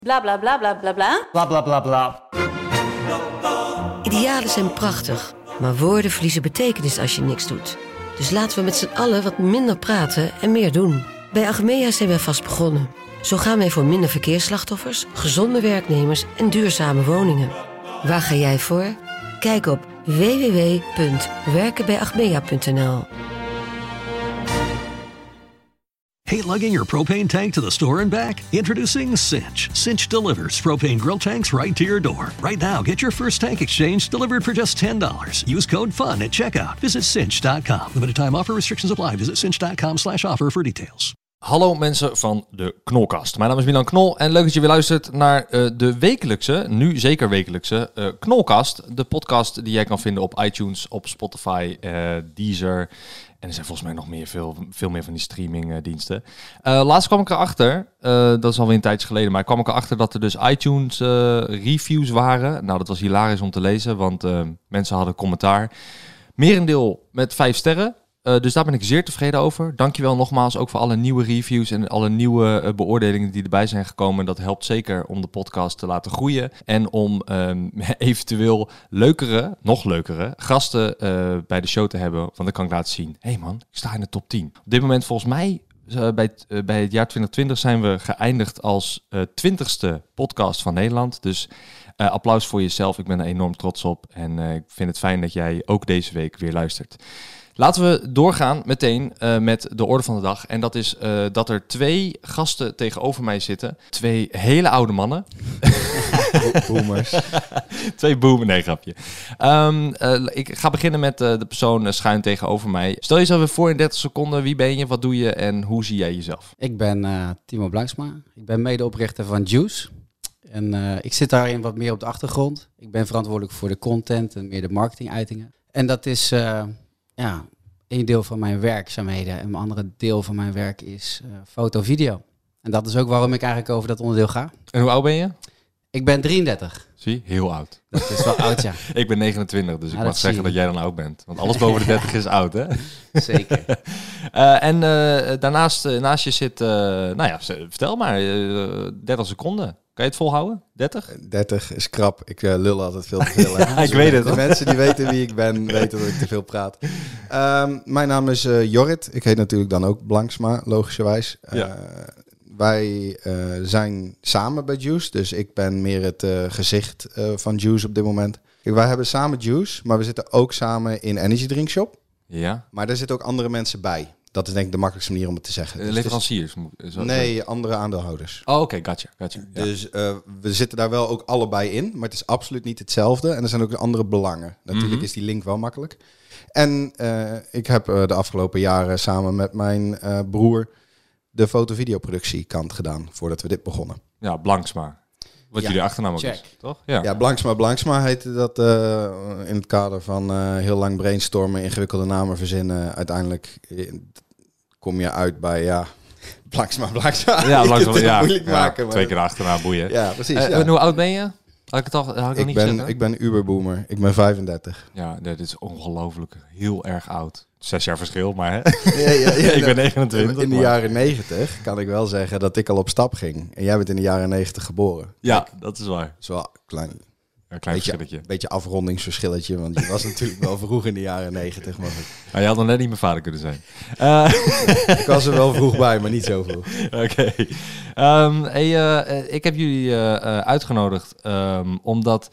Bla bla bla bla bla bla. Bla bla bla bla. Idealen zijn prachtig, maar woorden verliezen betekenis als je niks doet. Dus laten we met z'n allen wat minder praten en meer doen. Bij Achmea zijn wij vast begonnen. Zo gaan wij voor minder verkeersslachtoffers, gezonde werknemers en duurzame woningen. Waar ga jij voor? Kijk op www.werkenbijachmea.nl. Hey, lugging your propane tank to the store and back? Introducing Cinch. Cinch delivers propane grill tanks right to your door. Right now, get your first tank exchange delivered for just $10. Use code FUN at checkout. Visit cinch.com. Limited time offer, restrictions apply. Visit cinch.com/offer for details. Hallo mensen van de Knolkast. Mijn naam is Milan Knol en leuk dat je weer luistert naar de wekelijkse, nu zeker wekelijkse, Knolkast. De podcast die jij kan vinden op iTunes, op Spotify, Deezer. En er zijn volgens mij nog veel meer van die streamingdiensten. Laatst kwam ik erachter, dat is alweer een tijdje geleden, maar kwam ik erachter dat er dus iTunes reviews waren. Nou, dat was hilarisch om te lezen, want mensen hadden commentaar. Merendeel met 5 sterren. Dus daar ben ik zeer tevreden over. Dankjewel nogmaals ook voor alle nieuwe reviews en alle nieuwe beoordelingen die erbij zijn gekomen. Dat helpt zeker om de podcast te laten groeien. En om eventueel nog leukere gasten bij de show te hebben. Want dan kan ik laten zien, hé man, ik sta in de top 10. Op dit moment volgens mij, bij het jaar 2020 zijn we geëindigd als 20ste podcast van Nederland. Dus applaus voor jezelf. Ik ben er enorm trots op. En ik vind het fijn dat jij ook deze week weer luistert. Laten we doorgaan meteen met de orde van de dag. En dat is dat er 2 gasten tegenover mij zitten. 2 hele oude mannen. Boomers. 2 boomers, nee grapje. Ik ga beginnen met de persoon schuin tegenover mij. Stel jezelf weer voor in 30 seconden. Wie ben je, wat doe je en hoe zie jij jezelf? Ik ben Timo Blanksma. Ik ben medeoprichter van Juice. En ik zit daarin wat meer op de achtergrond. Ik ben verantwoordelijk voor de content en meer de marketinguitingen. En dat is... een deel van mijn werkzaamheden en een andere deel van mijn werk is foto-video. En dat is ook waarom ik eigenlijk over dat onderdeel ga. En hoe oud ben je? Ik ben 33. Zie, heel oud. Dat is wel oud, ja. Ik ben 29, dus ik mag zeggen je. dat jij dan oud bent. Want alles boven de 30 is oud, hè? Zeker. Daarnaast naast je zit, vertel maar, 30 seconden. Kan je het volhouden? 30? 30 is krap. Ik lul altijd veel te veel. Ja, ik weet het. De mensen die weten wie ik ben, weten dat ik te veel praat. Mijn naam is Jorrit. Ik heet natuurlijk dan ook Blanksma, logischerwijs. Ja. Wij zijn samen bij Juice. Dus ik ben meer het gezicht van Juice op dit moment. Kijk, wij hebben samen Juice, maar we zitten ook samen in Energy Drink Shop. Ja. Maar daar zitten ook andere mensen bij. Dat is denk ik de makkelijkste manier om het te zeggen. Dus leveranciers? Nee, andere aandeelhouders. Oh, oké, gotcha. Ja. Dus we zitten daar wel ook allebei in, maar het is absoluut niet hetzelfde. En er zijn ook andere belangen. Natuurlijk is die link wel makkelijk. En ik heb de afgelopen jaren samen met mijn broer de foto-videoproductiekant gedaan, voordat we dit begonnen. Ja, Blanksma. Wat jullie achternaam ook is, toch? Ja, Blanksma heette dat in het kader van heel lang brainstormen, ingewikkelde namen verzinnen. Uiteindelijk kom je uit bij, Blanksma. Ja, moeilijk maken. Maar 2 keer achternaam, boeien. Ja, precies. En hoe oud ben je? Had ik het al niet gezegd? Ik ben uberboomer. Ik ben 35. Ja, dit is ongelooflijk. Heel erg oud. 6 jaar verschil, maar hè? Ja, ik ben 29. In de jaren 90 kan ik wel zeggen dat ik al op stap ging. En jij bent in de jaren 90 geboren. Ja, dat is waar. Dat is wel een klein verschilletje. Beetje afrondingsverschilletje, want je was natuurlijk wel vroeg in de jaren 90. Maar je had nog net niet mijn vader kunnen zijn. Ik was er wel vroeg bij, maar niet zo vroeg. Oké. Ik heb jullie uitgenodigd omdat...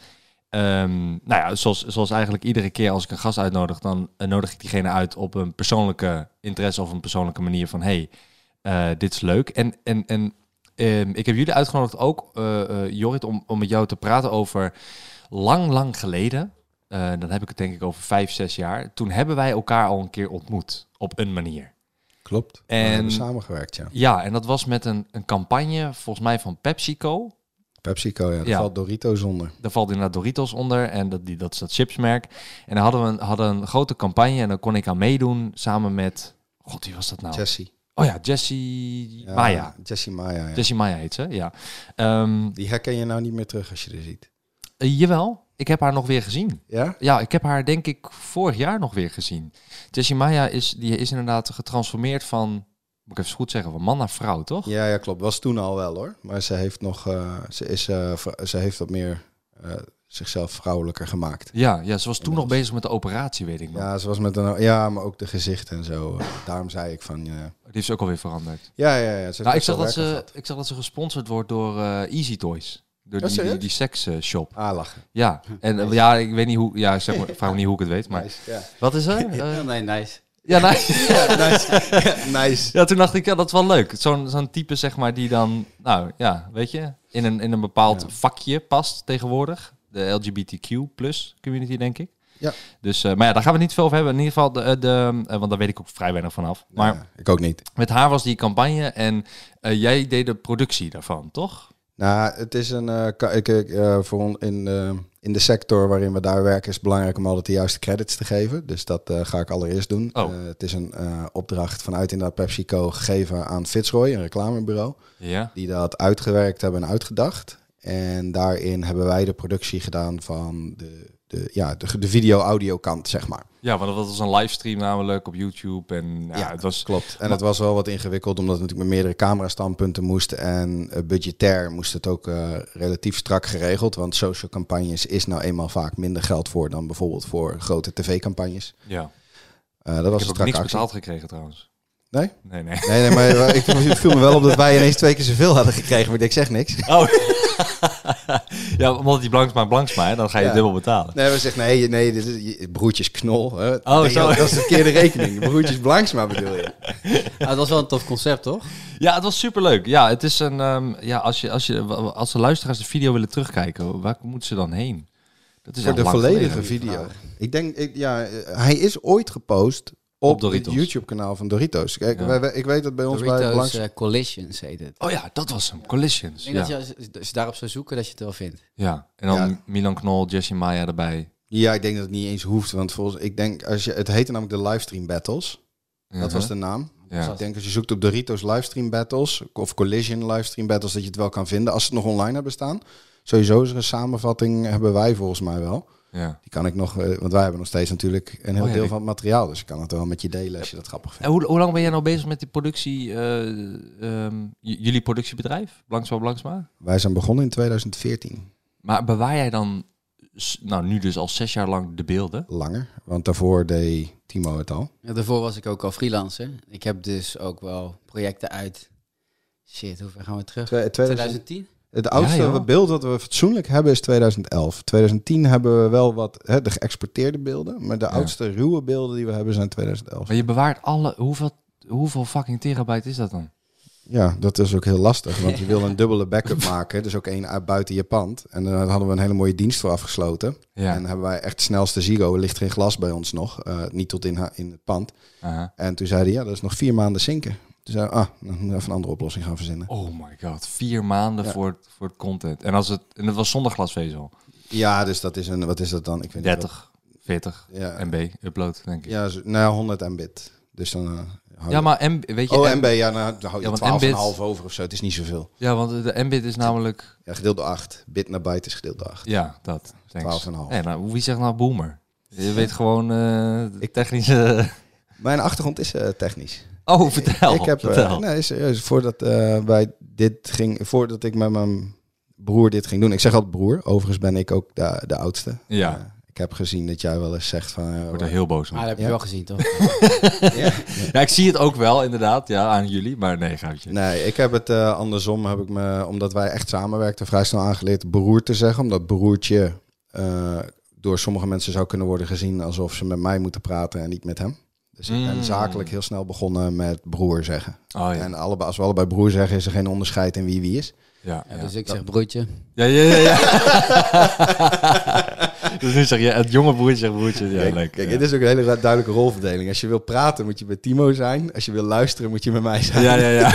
zoals eigenlijk iedere keer als ik een gast uitnodig, dan nodig ik diegene uit op een persoonlijke interesse of een persoonlijke manier van dit is leuk. En ik heb jullie uitgenodigd ook, Jorrit, om met jou te praten over lang geleden. Dan heb ik het denk ik over 5-6 jaar. Toen hebben wij elkaar al een keer ontmoet op een manier. Klopt. We hebben samengewerkt, ja. Ja, en dat was met een campagne volgens mij van PepsiCo. PepsiCo, ja. Daar valt Doritos onder. Daar valt inderdaad Doritos onder en dat is dat chipsmerk. En dan hadden we een grote campagne en dan kon ik aan meedoen samen met... God, wie was dat nou? Jessie. Oh ja, Jessie Maya. Jessie Maya, ja. Jessie Maya heet ze, ja. Die herken je nou niet meer terug als je er ziet. Jawel, ik heb haar nog weer gezien. Ja? Ja, ik heb haar denk ik vorig jaar nog weer gezien. Jessie Maya is inderdaad getransformeerd van moet ik even goed zeggen, van man naar vrouw, toch? Ja, klopt. Was toen al wel hoor. Maar ze heeft nog, ze heeft wat meer zichzelf vrouwelijker gemaakt. Ja, ze was toen nog bezig met de operatie, weet ik nog. Ja, ze was met maar ook de gezicht en zo. Daarom zei ik van... Die heeft ze ook alweer veranderd. Ja. Ze heeft Nou, ik zag dat ze gesponsord wordt door Easy Toys. Door die seksshop. lachen. Ja, en ik weet niet hoe... Ja, zeg maar, vraag me niet hoe ik het weet, maar... Nice, ja. Wat is er? Nee, nice. Ja, nice. Nice. Ja, toen dacht ik, dat is wel leuk. Zo'n type, zeg maar, die dan... Nou, ja, weet je... In een bepaald vakje past tegenwoordig. De LGBTQ plus community, denk ik. Ja. Dus, maar ja, daar gaan we niet veel over hebben. In ieder geval, want daar weet ik ook vrij weinig vanaf. Maar ik ook niet. met haar was die campagne en jij deed de productie daarvan, toch? Nou, het is in de sector waarin we daar werken is het belangrijk om altijd de juiste credits te geven. Dus dat ga ik allereerst doen. Oh. Het is een opdracht vanuit inderdaad PepsiCo gegeven aan Fitzroy, een reclamebureau. Ja. Die dat uitgewerkt hebben en uitgedacht. En daarin hebben wij de productie gedaan van de video-audio kant, zeg maar. Ja, want dat was een livestream namelijk op YouTube. En het was... klopt. En het was wel wat ingewikkeld, omdat het natuurlijk met meerdere camerastandpunten moest. En budgetair moest het ook relatief strak geregeld. Want social campagnes is nou eenmaal vaak minder geld voor dan bijvoorbeeld voor grote tv-campagnes. Ja. Dat was ik heb ook niks betaald gekregen trouwens. Nee? Nee. Maar het viel me wel op dat wij ineens 2 keer zoveel hadden gekregen, maar ik zeg niks. Oh. Ja, omdat die Blanksma, dan ga je dubbel betalen. Nee, we zeggen nee, dit is broertjes Knol. Hè? Oh, zo. Dat is de verkeerde rekening. Broertjes Blanksma bedoel je. Het was wel een tof concept, toch? Ja, het was superleuk. Ja, het is een... als de luisteraars de video willen terugkijken, waar moeten ze dan heen? Dat is voor de volledige video. Vraag. Ik denk, hij is ooit gepost op het Doritos. YouTube-kanaal van Doritos. Kijk, ik weet dat bij ons Doritos bij Collisions heet het. Oh ja, dat was hem. Collisions. Ik denk dat als je daarop zou zoeken, dat je het wel vindt. Ja, en dan Milan Knol, Jessie Maya erbij. Ja, ik denk dat het niet eens hoeft. Want het heette namelijk de livestream battles. Dat was de naam. Ja. Dus ik denk als je zoekt op Doritos livestream battles of Collision livestream battles, dat je het wel kan vinden. Als ze het nog online hebben staan. Sowieso is er een samenvatting, hebben wij volgens mij wel. Ja. Die kan ik nog, want wij hebben nog steeds natuurlijk een heel deel van het materiaal. Dus ik kan het wel met je delen als je dat grappig vindt. En hoe lang ben jij nou bezig met die productie, jullie productiebedrijf, Blanksma? Wij zijn begonnen in 2014. Maar bewaar jij dan, nu dus al 6 jaar lang de beelden? Langer, want daarvoor deed Timo het al. Ja, daarvoor was ik ook al freelancer. Ik heb dus ook wel projecten uit... Shit, hoe ver gaan we terug? 2010? Het oudste beeld dat we fatsoenlijk hebben is 2011. 2010 hebben we wel wat de geëxporteerde beelden. Maar de oudste ruwe beelden die we hebben zijn 2011. Maar je bewaart hoeveel fucking terabyte is dat dan? Ja, dat is ook heel lastig. Want je wil een dubbele backup maken. Dus ook één uit buiten je pand. En daar hadden we een hele mooie dienst voor afgesloten. Ja. En hebben wij echt de snelste Ziggo. Ligt geen glas bij ons nog. Niet tot in het pand. En toen zeiden dat is nog 4 maanden zinken. Toen zei dan moeten we even een andere oplossing gaan verzinnen. Oh my god, 4 maanden voor het content. En het was zonder glasvezel. Ja, dus dat is wat is dat dan? Ik weet 30, 40 MB upload, denk ik. Ja, 100 Mbit. Dus dan... maar weet je... MB, dan hou je 12,5 over of zo. Het is niet zoveel. Ja, want de Mbit is namelijk... Ja, gedeeld door 8. Bit naar byte is gedeeld door 8. Ja, dat. 12,5. Nee, wie zegt nou boomer? Je weet gewoon technische... Mijn achtergrond is technisch. Oh, vertel. Ik heb, serieus, voordat ik met mijn broer dit ging doen. Ik zeg altijd broer. Overigens ben ik ook de oudste. Ja. Ik heb gezien dat jij wel eens zegt van... ik word er heel boos om. Dat heb je wel gezien, toch? Ja, ik zie het ook wel inderdaad, aan jullie. Maar nee, gaatje. Nee, ik heb het andersom, omdat wij echt samenwerkten, vrij snel aangeleerd broer te zeggen. Omdat broertje door sommige mensen zou kunnen worden gezien alsof ze met mij moeten praten en niet met hem. Dus ik ben zakelijk heel snel begonnen met broer zeggen. Oh, ja. En als we allebei broer zeggen, is er geen onderscheid in wie is. Ja, dus ik zeg broertje. Ja. Dus nu zeg je het jonge broertje zegt broertje. Ja, kijk, dit is ook een hele duidelijke rolverdeling. Als je wil praten, moet je met Timo zijn. Als je wil luisteren, moet je met mij zijn. Ja.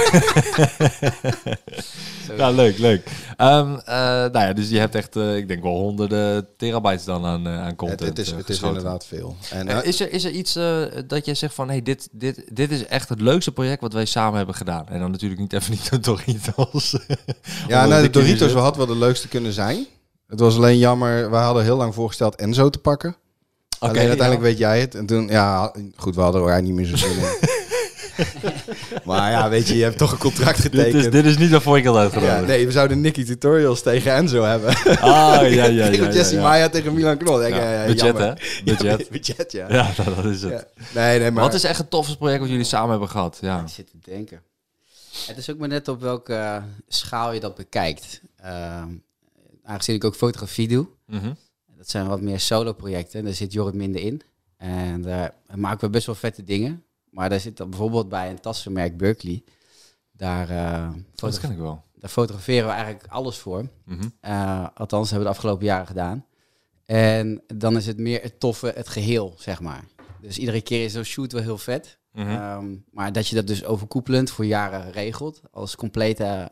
Nou, leuk. Dus je hebt echt, ik denk wel honderden terabytes dan aan content. Het is inderdaad veel. En, is er iets dat jij zegt van, hey, dit is echt het leukste project wat wij samen hebben gedaan? En dan natuurlijk niet de Doritos. Ja, de Doritos had wel de leukste kunnen zijn. Het was alleen jammer, we hadden heel lang voorgesteld Enzo te pakken. Alleen uiteindelijk weet jij het. En toen, goed, we hadden er niet meer zo zin in. Maar ja, weet je hebt toch een contract getekend. Dit is niet waarvoor ik had Ja, uitgenodigd. nee, we zouden Nicky Tutorials tegen Enzo hebben. Ja. Jesse Maya tegen Milan Knol. Budget, jammer. hè? Budget. Budget, ja. Ja, dat is het. Ja. Nee, maar... Wat is echt het tofste project wat jullie samen hebben gehad? Ja. Ik zit te denken. Het is ook maar net op welke schaal je dat bekijkt. Aangezien ik ook fotografie doe. Mhm. Dat zijn wat meer solo-projecten. Daar zit Jorrit minder in. En daar maken we best wel vette dingen. Maar daar zit dan bijvoorbeeld bij een tassenmerk Berkeley. Daar, Dat ken ik wel. daar fotograferen we eigenlijk alles voor. Mhm. Althans, hebben we de afgelopen jaren gedaan. En dan is het meer het toffe, het geheel, zeg maar. Dus iedere keer is zo'n shoot wel heel vet. Mhm. Maar dat je dat dus overkoepelend voor jaren regelt. Als complete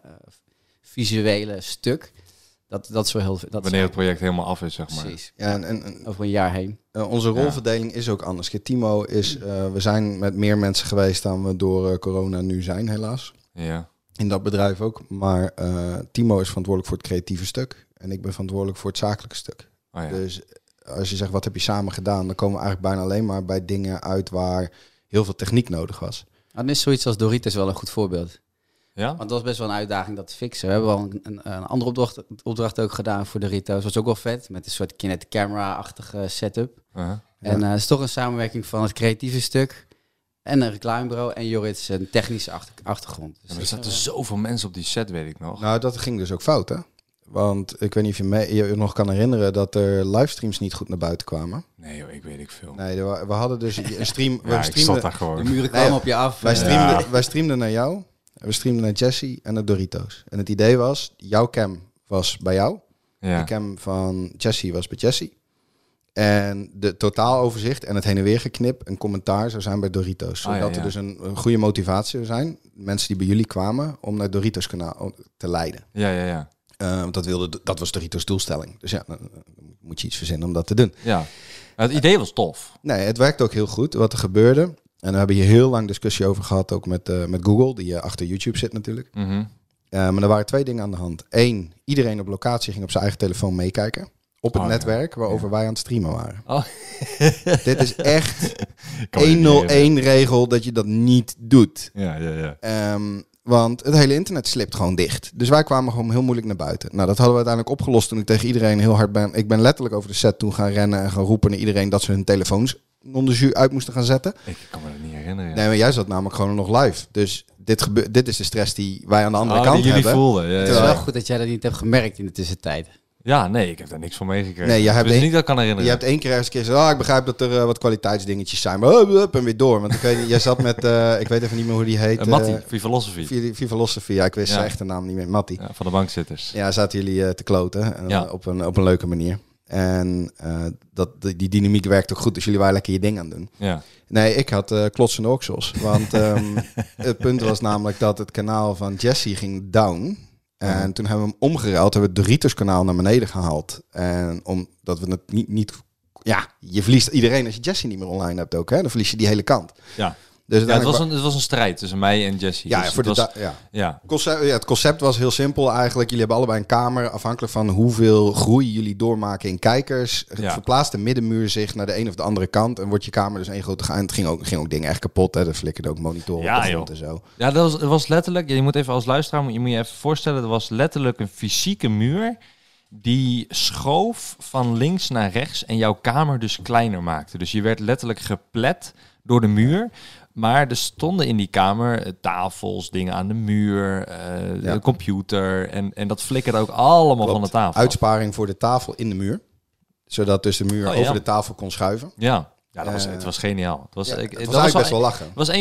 visuele stuk. Dat is wel heel vet. Wanneer het project helemaal af is, zeg maar. Precies. Ja, en Over een jaar heen. onze rolverdeling is ook anders. Kijk, Timo is... we zijn met meer mensen geweest dan we door corona nu zijn, helaas. Ja. In dat bedrijf ook. Maar Timo is verantwoordelijk voor het creatieve stuk. En ik ben verantwoordelijk voor het zakelijke stuk. Oh, ja. Dus als je zegt, wat heb je samen gedaan? Dan komen we eigenlijk bijna alleen maar bij dingen uit waar heel veel techniek nodig was. Dan is zoiets als Doritos wel een goed voorbeeld. Ja? Want dat was best wel een uitdaging dat te fixen. We hebben wel een andere opdracht ook gedaan voor Doritos. Dat was ook wel vet. Met een soort kinetic camera-achtige setup. Uh-huh. En het is toch een samenwerking van het creatieve stuk en een reclamebureau en Jorrit's een technische achtergrond. Dus Ja, er zaten zoveel mensen op die set, weet ik nog. Nou, dat ging dus ook fout, hè? Want ik weet niet of je nog kan herinneren dat er livestreams niet goed naar buiten kwamen. Nee joh, ik weet ik veel. Nee, we hadden dus een stream... Ja, ik zat daar de gewoon. muren kwamen Nee, op je af. Wij streamden naar jou, we streamden naar Jesse en naar Doritos. En het idee was, jouw cam was bij jou, Ja. de cam van Jesse was bij Jesse. En de totaaloverzicht en het heen en weer geknip, een commentaar zou zijn bij Doritos. Zodat er dus een goede motivatie zou zijn, mensen die bij jullie kwamen, om naar Doritos kanaal te leiden. Ja. Want dat was Doritos doelstelling. Dus ja, dan moet je iets verzinnen om dat te doen. Ja. Het idee was tof. Nee, het werkt ook heel goed. Wat er gebeurde, en we hebben hier heel lang discussie over gehad, ook met Google, die achter YouTube zit natuurlijk. Mhm. Maar er waren 2 dingen aan de hand. 1, iedereen op locatie ging op zijn eigen telefoon meekijken. Op het Oh, netwerk waarover wij aan het streamen waren. Oh. Dit is echt Kan me niet 101 regel dat je dat niet doet. Ja. Want het hele internet slipt gewoon dicht. Dus wij kwamen gewoon heel moeilijk naar buiten. Nou, dat hadden we uiteindelijk opgelost toen ik tegen iedereen heel hard ben... Ik ben letterlijk over de set toen gaan rennen en gaan roepen naar iedereen dat ze hun telefoons non-de-jus uit moesten gaan zetten. Ik kan me dat niet herinneren. Nee, maar jij zat namelijk gewoon nog live. Dus dit is de stress die wij aan de andere kant die jullie hebben. voelden. Ja, Het is ja. wel goed dat jij dat niet hebt gemerkt in de tussentijd. Ja, nee, ik heb daar niks van meegekregen. Nee, jij hebt dus één- niet dat ik kan herinneren. Je hebt 1 keer ergens een keer gezegd, ik begrijp dat er wat kwaliteitsdingetjes zijn. Maar en weer door. Want ik weet, jij zat met, ik weet even niet meer hoe die heet. Mattie, Philosophy. Philosophy. Ja, ik wist Ja. zijn echte naam niet meer. Mattie. Ja, van de bankzitters. Ja, zaten jullie te kloten. Ja. Op een leuke manier. En die dynamiek werkt ook goed. Dus jullie waren lekker je ding aan het doen. Ja. Nee, ik had klotsende oksels. Want het punt was namelijk dat het kanaal van Jesse ging down. En toen hebben we hem omgeruild. Hebben we het Doritos kanaal naar beneden gehaald. En omdat we het niet... Ja, je verliest iedereen als je Jesse niet meer online hebt ook. Hè? Dan verlies je die hele kant. Ja. Dus Ja, het was een strijd tussen mij en Jesse. Ja, Dus voor het de was, ja. Het concept was heel simpel eigenlijk. Jullie hebben allebei een kamer. Afhankelijk van hoeveel groei jullie doormaken in kijkers. Ja. Verplaatst de middenmuur zich naar de een of de andere kant. En wordt je kamer dus één grote... En het ging ook dingen echt kapot. Hè. Er flikkerden ook monitoren Ja, op de grond joh. en zo. Ja, dat was letterlijk... Je moet even als luisteraar, je moet je even voorstellen... Er was letterlijk een fysieke muur... die schoof van links naar rechts... en jouw kamer dus kleiner maakte. Dus je werd letterlijk geplet door de muur... Maar er stonden in die kamer tafels, dingen aan de muur, de computer. En dat flikkerde ook allemaal Klopt. van de tafel. Uitsparing voor de tafel in de muur. Zodat dus de muur Oh, ja. over de tafel kon schuiven. Ja, het was geniaal. Het was, Ja, ik- het dat was eigenlijk best wel wel lachen. Het was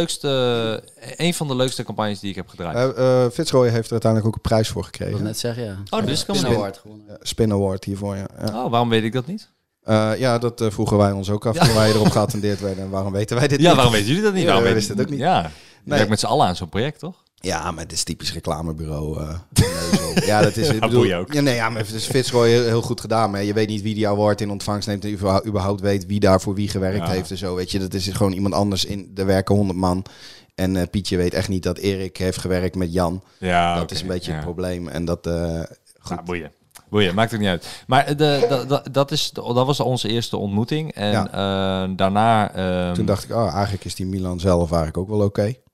een van de leukste campagnes die ik heb gedraaid. Fitzroy heeft er uiteindelijk ook een prijs voor Ik wil gekregen. net zeggen, ja. Oh, dus kan Spin man. Award gewonnen. Spin Award hiervoor, ja. Oh, waarom weet ik dat niet? Ja, dat vroegen wij ons ook af toen wij erop geattendeerd werden. En waarom weten wij dit Ja, niet? waarom weten jullie dat niet? Ja, Waarom wij weten- wisten het ook niet. Ja, je Nee. werkt met z'n allen aan zo'n project, toch? Ja, maar het is typisch reclamebureau. Neuzel. Ja, dat is... Ik bedoel, boeien ook. Ja, nee, ja, maar het is Fitzroy heel goed gedaan. Maar je weet niet wie die award in ontvangst neemt. En überhaupt weet wie daar voor wie gewerkt Ja. heeft en zo. Weet je, dat is gewoon iemand anders. Er werken 100 man. En Pietje weet echt niet dat Erik heeft gewerkt met Jan. Ja, Dat is een beetje het probleem. En dat... goed. Ja, boeien, maakt het niet uit. Maar dat was onze eerste ontmoeting. En daarna... Toen dacht ik, eigenlijk is die Milan zelf eigenlijk ook wel oké.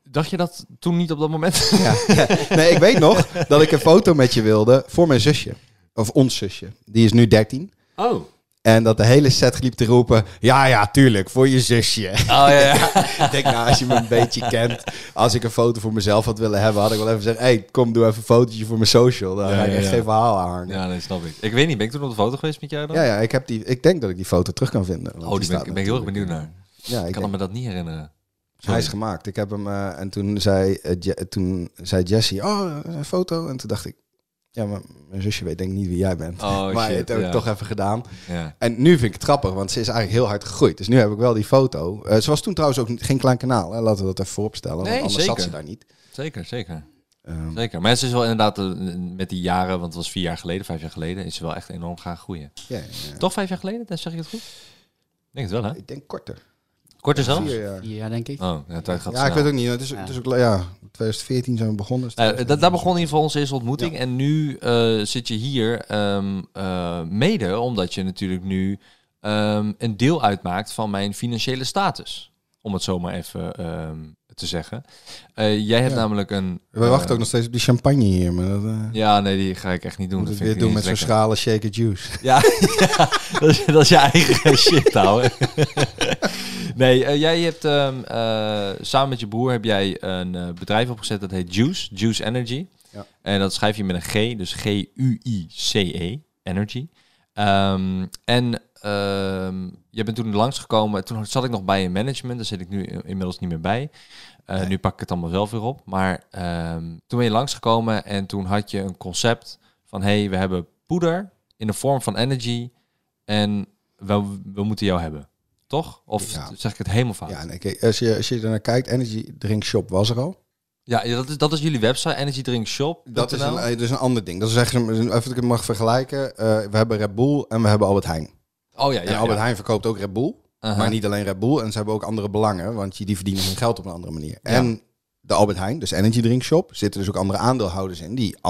Dacht je dat toen niet op dat moment? Ja. Nee, ik weet nog dat ik een foto met je wilde voor mijn zusje. Of ons zusje. Die is nu 13. Oh. En dat de hele set liep te roepen... Ja, tuurlijk, voor je zusje. Oh ja. Ik denk, nou, als je me een beetje kent... Als ik een foto voor mezelf had willen hebben... had ik wel even zeggen... Hey, kom, doe even een fotootje voor mijn social. Dan ga ik echt geen verhaal aan. Ja, nee, snap ik. Ik weet niet, ben ik toen op de foto geweest met jou dan? Ja, ik denk dat ik die foto terug kan vinden. Die ben ik heel erg benieuwd naar. Ja, Ik kan me dat niet herinneren. Hij is gemaakt. Ik heb hem... en toen zei Jessie... Oh, een foto. En toen dacht ik... Ja, maar mijn zusje weet denk ik niet wie jij bent. Oh, maar shit, het heb ik toch even gedaan. Ja. En nu vind ik het grappig, want ze is eigenlijk heel hard gegroeid. Dus nu heb ik wel die foto. Ze was toen trouwens ook geen klein kanaal. Hè? Laten we dat even vooropstellen. Nee, want anders zeker. zat ze daar niet. Zeker. Zeker. Maar ze is wel inderdaad met die jaren, want het was 4 jaar geleden, 5 jaar geleden, is ze wel echt enorm gaan groeien. Ja. Toch 5 jaar geleden? Dan zeg ik het goed? Ik denk het wel, hè? Ik denk korter. Korter zelfs? 4 jaar. Ja, denk ik. Oh, ja, tijd gaat Ja, ik snel. weet ook niet. Het is ook 2014 zijn we begonnen. Dus Daar begon in ieder geval onze eerste ontmoeting. Ja. En nu zit je hier mede omdat je natuurlijk nu een deel uitmaakt van mijn financiële status. Om het zo maar even te zeggen. Jij hebt namelijk een... We wachten ook nog steeds op die champagne hier. Maar dat, ja, nee, die ga ik echt niet doen. Moet Dat het vind weer ik doen met zo'n schrale shaker juice. Ja, dat is je eigen shit, ouwe. Nee, jij hebt samen met je broer heb jij een bedrijf opgezet dat heet Juice Energy. Ja. En dat schrijf je met een G, dus G-U-I-C-E, Energy. Je bent toen langsgekomen, toen zat ik nog bij een management, daar zit ik nu inmiddels niet meer bij. Nu pak ik het allemaal zelf weer op. Maar toen ben je langsgekomen en toen had je een concept van... hey, we hebben poeder in de vorm van energy en we moeten jou hebben. Toch? Of zeg ik het helemaal fout? Ja, nee, kijk, als je er naar kijkt, Energy Drink Shop was er al. Ja, dat is jullie website, Energy Drink Shop. Dat is een ander ding. Dat is echt, even dat ik het mag vergelijken. We hebben Red Bull en we hebben Albert Heijn. Oh ja, en Albert Heijn verkoopt ook Red Bull. Maar niet alleen Red Bull. En ze hebben ook andere belangen, want die verdienen hun geld op een andere manier. Ja. En de Albert Heijn, dus Energy Drink Shop, zitten dus ook andere aandeelhouders in die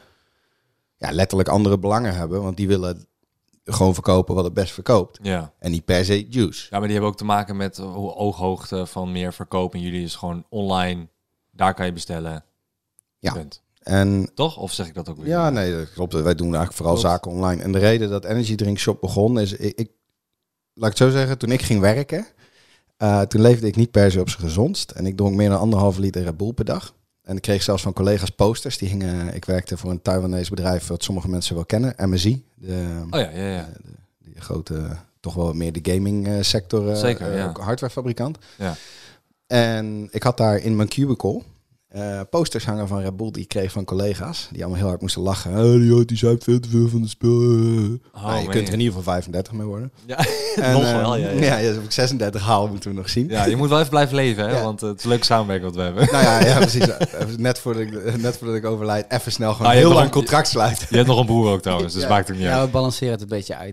letterlijk andere belangen hebben. Want die willen gewoon verkopen wat het best verkoopt. Ja. En niet per se juice. Ja, maar die hebben ook te maken met ooghoogte van meer verkoop. En jullie is gewoon online, daar kan je bestellen. Ja. En, toch? Of zeg ik dat ook weer? Ja, nee, dat klopt. Wij doen eigenlijk vooral zaken online. En de reden dat Energy Drink Shop begon is... Laat ik het zo zeggen, toen ik ging werken... toen leefde ik niet per se op zijn gezondst. En ik dronk meer dan 1,5 liter Red Bull per dag. En ik kreeg zelfs van collega's posters. Die hingen... Ik werkte voor een Taiwanese bedrijf... wat sommige mensen wel kennen. MSI. De grote... toch wel meer de gaming sector. Zeker, hardwarefabrikant. Ja. En ik had daar in mijn cubicle... posters hangen van Red Bull die ik kreeg van collega's. Die allemaal heel hard moesten lachen. Die zijn veel te veel van de spul. Je kunt er in ieder geval 35 mee worden. Ja, en, nog wel. Ja, als ik 36 haal, moeten we nog zien. Ja, je moet wel even blijven leven, hè? Ja. Want het is leuk samenwerken wat we hebben. Nou ja, precies. Net voordat ik overlijd, even snel gewoon heel lang contract sluiten. Je hebt nog een broer ook trouwens, dus maakt het niet uit. Ja, we balanceren het een beetje uit.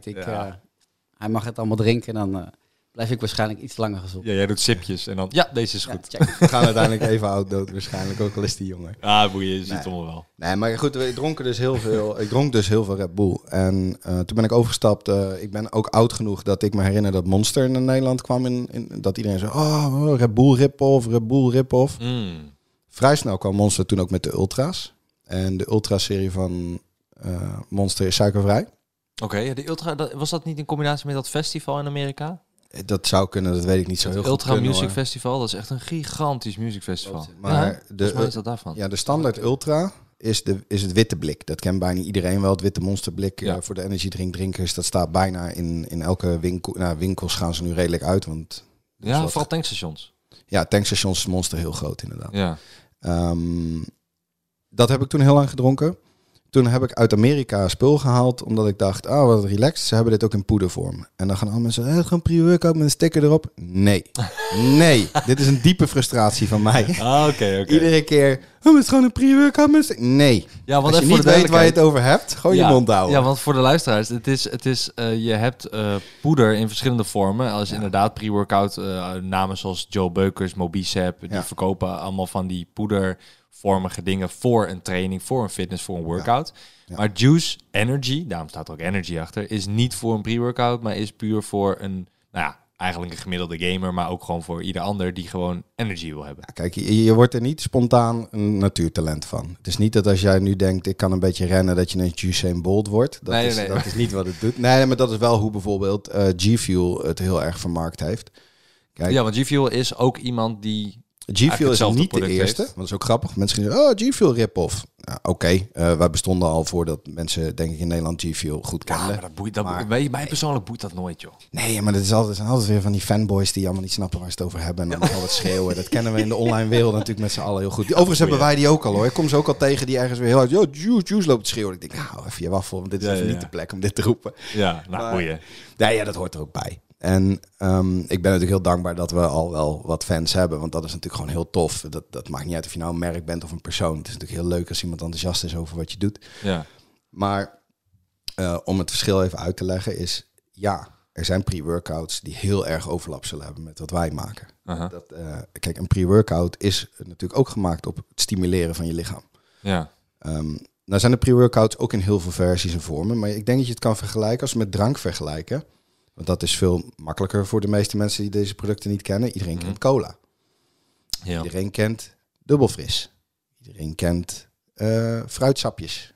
Hij mag het allemaal drinken en dan... blijf ik waarschijnlijk iets langer gezond. Ja, jij doet sipjes en dan... Ja, deze is goed. We gaan uiteindelijk even oud dood waarschijnlijk, ook al is die jonger. Ah, boeien, je ziet het allemaal wel. Nee, maar goed, ik dronk dus heel veel Red Bull. En toen ben ik overgestapt. Ik ben ook oud genoeg dat ik me herinner dat Monster in Nederland kwam. Dat iedereen zei, Red Bull rip-off. Vrij snel kwam Monster toen ook met de Ultra's. En de Ultra-serie van Monster is suikervrij. Oké, de Ultra, was dat niet in combinatie met dat festival in Amerika? Dat zou kunnen, dat weet ik niet zo heel goed. Ultra Music Festival, dat is echt een gigantisch muziekfestival. Maar is dat daarvan? Ja, de standaard Ultra is het witte blik. Dat kent bijna iedereen wel, het witte monsterblik voor de energiedrinkers. Dat staat bijna in elke winkel. Nou, winkels gaan ze nu redelijk uit. Want vooral tankstations. Ja, tankstations is Monster heel groot inderdaad. Ja. Dat heb ik toen heel lang gedronken. Toen heb ik uit Amerika spul gehaald, omdat ik dacht, wat relaxed. Ze hebben dit ook in poedervorm. En dan gaan alle mensen zeggen, gewoon pre-workout met een sticker erop. Nee. Dit is een diepe frustratie van mij. Oké. Iedere keer, het is gewoon een pre-workout met een sticker. Nee. Ja, want als je niet weet waar je het over hebt, gewoon je mond houden. Ja, want voor de luisteraars, je hebt poeder in verschillende vormen. Als inderdaad pre-workout, namen zoals Joe Beukers, Mobicep, die verkopen allemaal van die poedervormige dingen voor een training, voor een fitness, voor een workout. Ja. Maar Juice Energy, daarom staat er ook energy achter, is niet voor een pre-workout, maar is puur voor een eigenlijk een gemiddelde gamer, maar ook gewoon voor ieder ander die gewoon energy wil hebben. Ja, kijk, je wordt er niet spontaan een natuurtalent van. Het is niet dat als jij nu denkt, ik kan een beetje rennen, dat je een Usain Bolt wordt. Dat is niet wat het doet. Nee, maar dat is wel hoe bijvoorbeeld G-Fuel het heel erg vermarkt heeft. Kijk, Ja, want G-Fuel is ook iemand die... G-Fuel is hetzelfde niet de product eerste. heeft. Dat is ook grappig. Mensen zeggen, G-Fuel rip-off. Ja, Oké, wij bestonden al voordat mensen, denk ik, in Nederland G-Fuel goed Ja, kenden. maar dat boeit, Maar- mij persoonlijk boeit dat nooit, joh. Nee, maar er zijn altijd weer van die fanboys die allemaal niet snappen waar ze het over hebben. En dan nog altijd schreeuwen. Dat kennen we in de online wereld natuurlijk met z'n allen heel goed. Overigens hebben wij die ook al, hoor. Ik kom ze ook al tegen die ergens weer heel hard... Yo, Juice loopt te schreeuwen. Ik denk, nou, even je waffel. Want dit is even niet de plek om dit te roepen. Ja, nou, Maar- boeien. Ja, dat hoort er ook bij. En ik ben natuurlijk heel dankbaar dat we al wel wat fans hebben. Want dat is natuurlijk gewoon heel tof. Dat maakt niet uit of je nou een merk bent of een persoon. Het is natuurlijk heel leuk als iemand enthousiast is over wat je doet. Ja. Maar om het verschil even uit te leggen is... Ja, er zijn pre-workouts die heel erg overlap zullen hebben met wat wij maken. Uh-huh. Kijk, een pre-workout is natuurlijk ook gemaakt op het stimuleren van je lichaam. Ja. Nou zijn de pre-workouts ook in heel veel versies en vormen. Maar ik denk dat je het kan vergelijken als we met drank vergelijken. Want dat is veel makkelijker voor de meeste mensen die deze producten niet kennen. Iedereen kent cola. Ja. Iedereen kent dubbelfris. Iedereen kent fruitsapjes.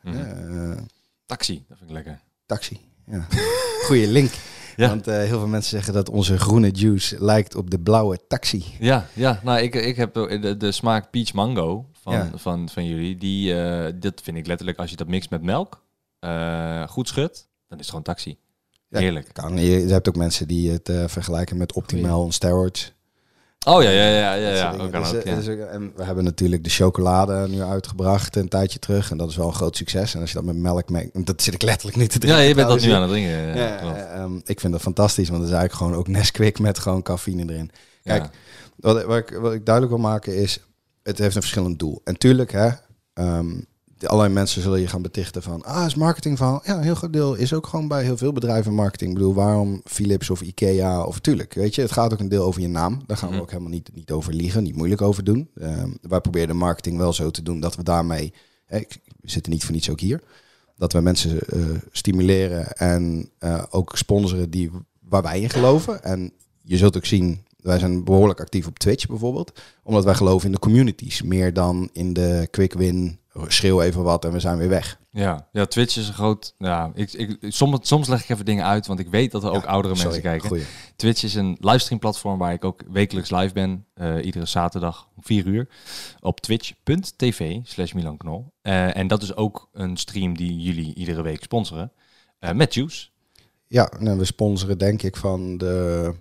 Taxi, dat vind ik lekker. Taxi. Ja. Goeie link. Ja. Want heel veel mensen zeggen dat onze groene juice lijkt op de blauwe taxi. Ja. Nou, ik heb de smaak peach mango Ja. van jullie. Dat vind ik letterlijk, als je dat mixt met melk, goed schudt, dan is het gewoon taxi. Ja, Heerlijk. Kan. Je hebt ook mensen die het vergelijken met Optimal on steroids. Oh ja. Dat soort dingen. Ook kan Dus, ook, ja. en we hebben natuurlijk de chocolade nu uitgebracht een tijdje terug. En dat is wel een groot succes. En als je dat met melk mengt, dat zit ik letterlijk nu te Ja, drinken. je bent dat trouwens. nu aan het drinken. Ja, klopt. Ik vind dat fantastisch, want het is eigenlijk gewoon ook Nesquik met gewoon cafeïne erin. Kijk, Ja. wat ik duidelijk wil maken is, het heeft een verschillend doel. En tuurlijk, allerlei mensen zullen je gaan betichten van, is marketingverhaal. Ja, een heel groot deel is ook gewoon bij heel veel bedrijven marketing. Ik bedoel, waarom Philips of Ikea of tuurlijk, weet je, het gaat ook een deel over je naam. Daar gaan we ook helemaal niet over liegen, niet moeilijk over doen. Wij proberen de marketing wel zo te doen dat we daarmee, we zitten niet voor niets ook hier, dat we mensen stimuleren en ook sponsoren waar wij in geloven. En je zult ook zien, wij zijn behoorlijk actief op Twitch bijvoorbeeld, omdat wij geloven in de communities, meer dan in de quick win, schreeuw even wat en we zijn weer weg. Ja, Twitch is een groot... Ja, soms leg ik even dingen uit, want ik weet dat er ook oudere mensen kijken. Goeie. Twitch is een livestreamplatform waar ik ook wekelijks live ben. Iedere zaterdag om 4 uur. Op twitch.tv/Milan Knol. En dat is ook een stream die jullie iedere week sponsoren. Met Juice. Ja, we sponsoren denk ik van de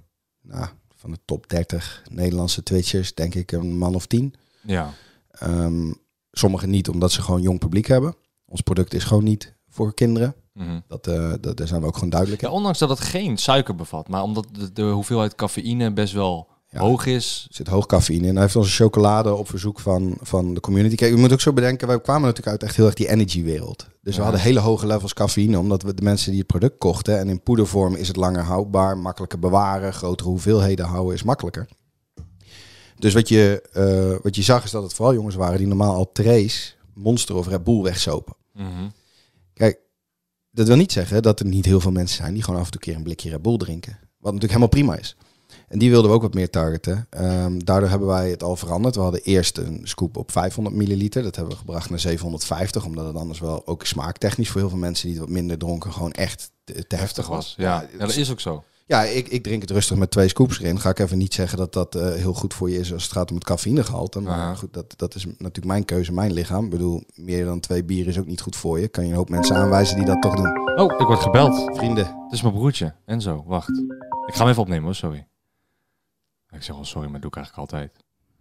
top 30 Nederlandse Twitchers, denk ik een man of 10. Ja. Sommigen niet, omdat ze gewoon jong publiek hebben. Ons product is gewoon niet voor kinderen. Mhm. Daar zijn we ook gewoon duidelijk in. Ja, ondanks dat het geen suiker bevat, maar omdat de hoeveelheid cafeïne best wel hoog is. Er zit hoog cafeïne in. Hij heeft onze chocolade op verzoek van de community. Kijk, je moet ook zo bedenken, wij kwamen natuurlijk uit echt heel erg die energy-wereld. Dus we hadden hele hoge levels cafeïne, omdat we de mensen die het product kochten. En in poedervorm is het langer houdbaar, makkelijker bewaren, grotere hoeveelheden houden is makkelijker. Dus wat je zag is dat het vooral jongens waren die normaal al Trace, Monster of Red Bull wegsopen. Mhm. Kijk, dat wil niet zeggen dat er niet heel veel mensen zijn die gewoon af en toe een keer een blikje Red Bull drinken. Wat natuurlijk helemaal prima is. En die wilden we ook wat meer targeten. Daardoor hebben wij het al veranderd. We hadden eerst een scoop op 500 milliliter. Dat hebben we gebracht naar 750. Omdat het anders wel ook smaaktechnisch voor heel veel mensen die het wat minder dronken gewoon echt te heftig was. Ja, dat is ook zo. Ja, ik drink het rustig met 2 scoops erin. Ga ik even niet zeggen dat dat heel goed voor je is als het gaat om het cafeïnegehalte. Maar goed, dat is natuurlijk mijn keuze, mijn lichaam. Ik bedoel, meer dan 2 bier is ook niet goed voor je. Kan je een hoop mensen aanwijzen die dat toch doen. Oh, ik word gebeld. Vrienden. Het is mijn broertje. Enzo, wacht. Ik ga hem even opnemen hoor, sorry. Ik zeg wel sorry, maar dat doe ik eigenlijk altijd.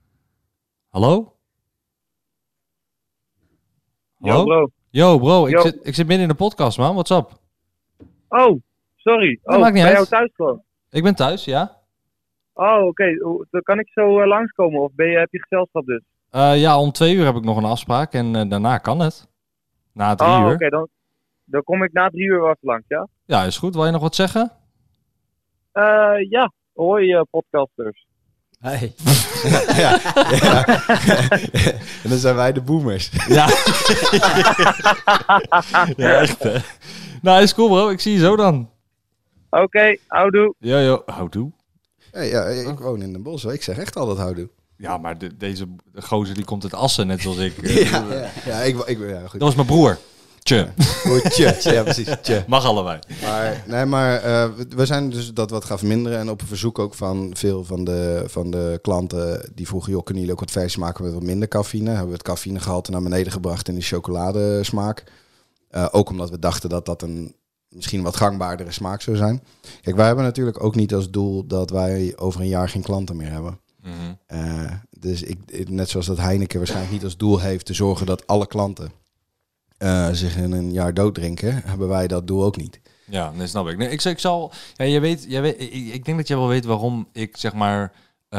Hallo? Hallo? Yo, bro. Yo, bro. Yo. Ik zit midden in de podcast, man. What's up? Oh, sorry. Dat maakt niet bij uit. jou thuis gewoon? Ik ben thuis, ja. Oh, oké. Dan kan ik zo langskomen of heb je gezelschap dus? Ja, om 2 uur heb ik nog een afspraak en daarna kan het. Na 3 Oh, uur. oké. Dan kom ik na 3 uur wel even langs, ja? Ja, is goed. Wil je nog wat zeggen? Ja. Hoi, podcasters. Hey. Ja. En dan zijn wij de boomers. Ja. Ja, echt hè. Nou, is cool bro. Ik zie je zo dan. Oké, houdoe. Yo, houdoe. Ja, ik woon in Den Bosch. Ik zeg echt altijd houdoe. Ja, maar deze gozer die komt uit Assen, net zoals ik. Ja, goed. Dat was mijn broer. Tje. Ja, precies. Tje. Mag allebei. Maar we zijn dus dat wat gaan verminderen. En op een verzoek ook van veel van de klanten die vroegen, joh, kunnen jullie ook wat versies maken met wat minder cafeïne? Hebben we het cafeïnegehalte naar beneden gebracht in de chocoladesmaak. Ook omdat we dachten dat dat een misschien wat gangbaardere smaak zou zijn. Kijk, wij hebben natuurlijk ook niet als doel dat wij over een jaar geen klanten meer hebben. Mm-hmm. Dus net zoals dat Heineken waarschijnlijk niet als doel heeft te zorgen dat alle klanten zich in een jaar dooddrinken, hebben wij dat doel ook niet. Ja, dat snap ik. Nee, ik zal... Ja, je weet, ik denk dat jij wel weet waarom ik, zeg maar,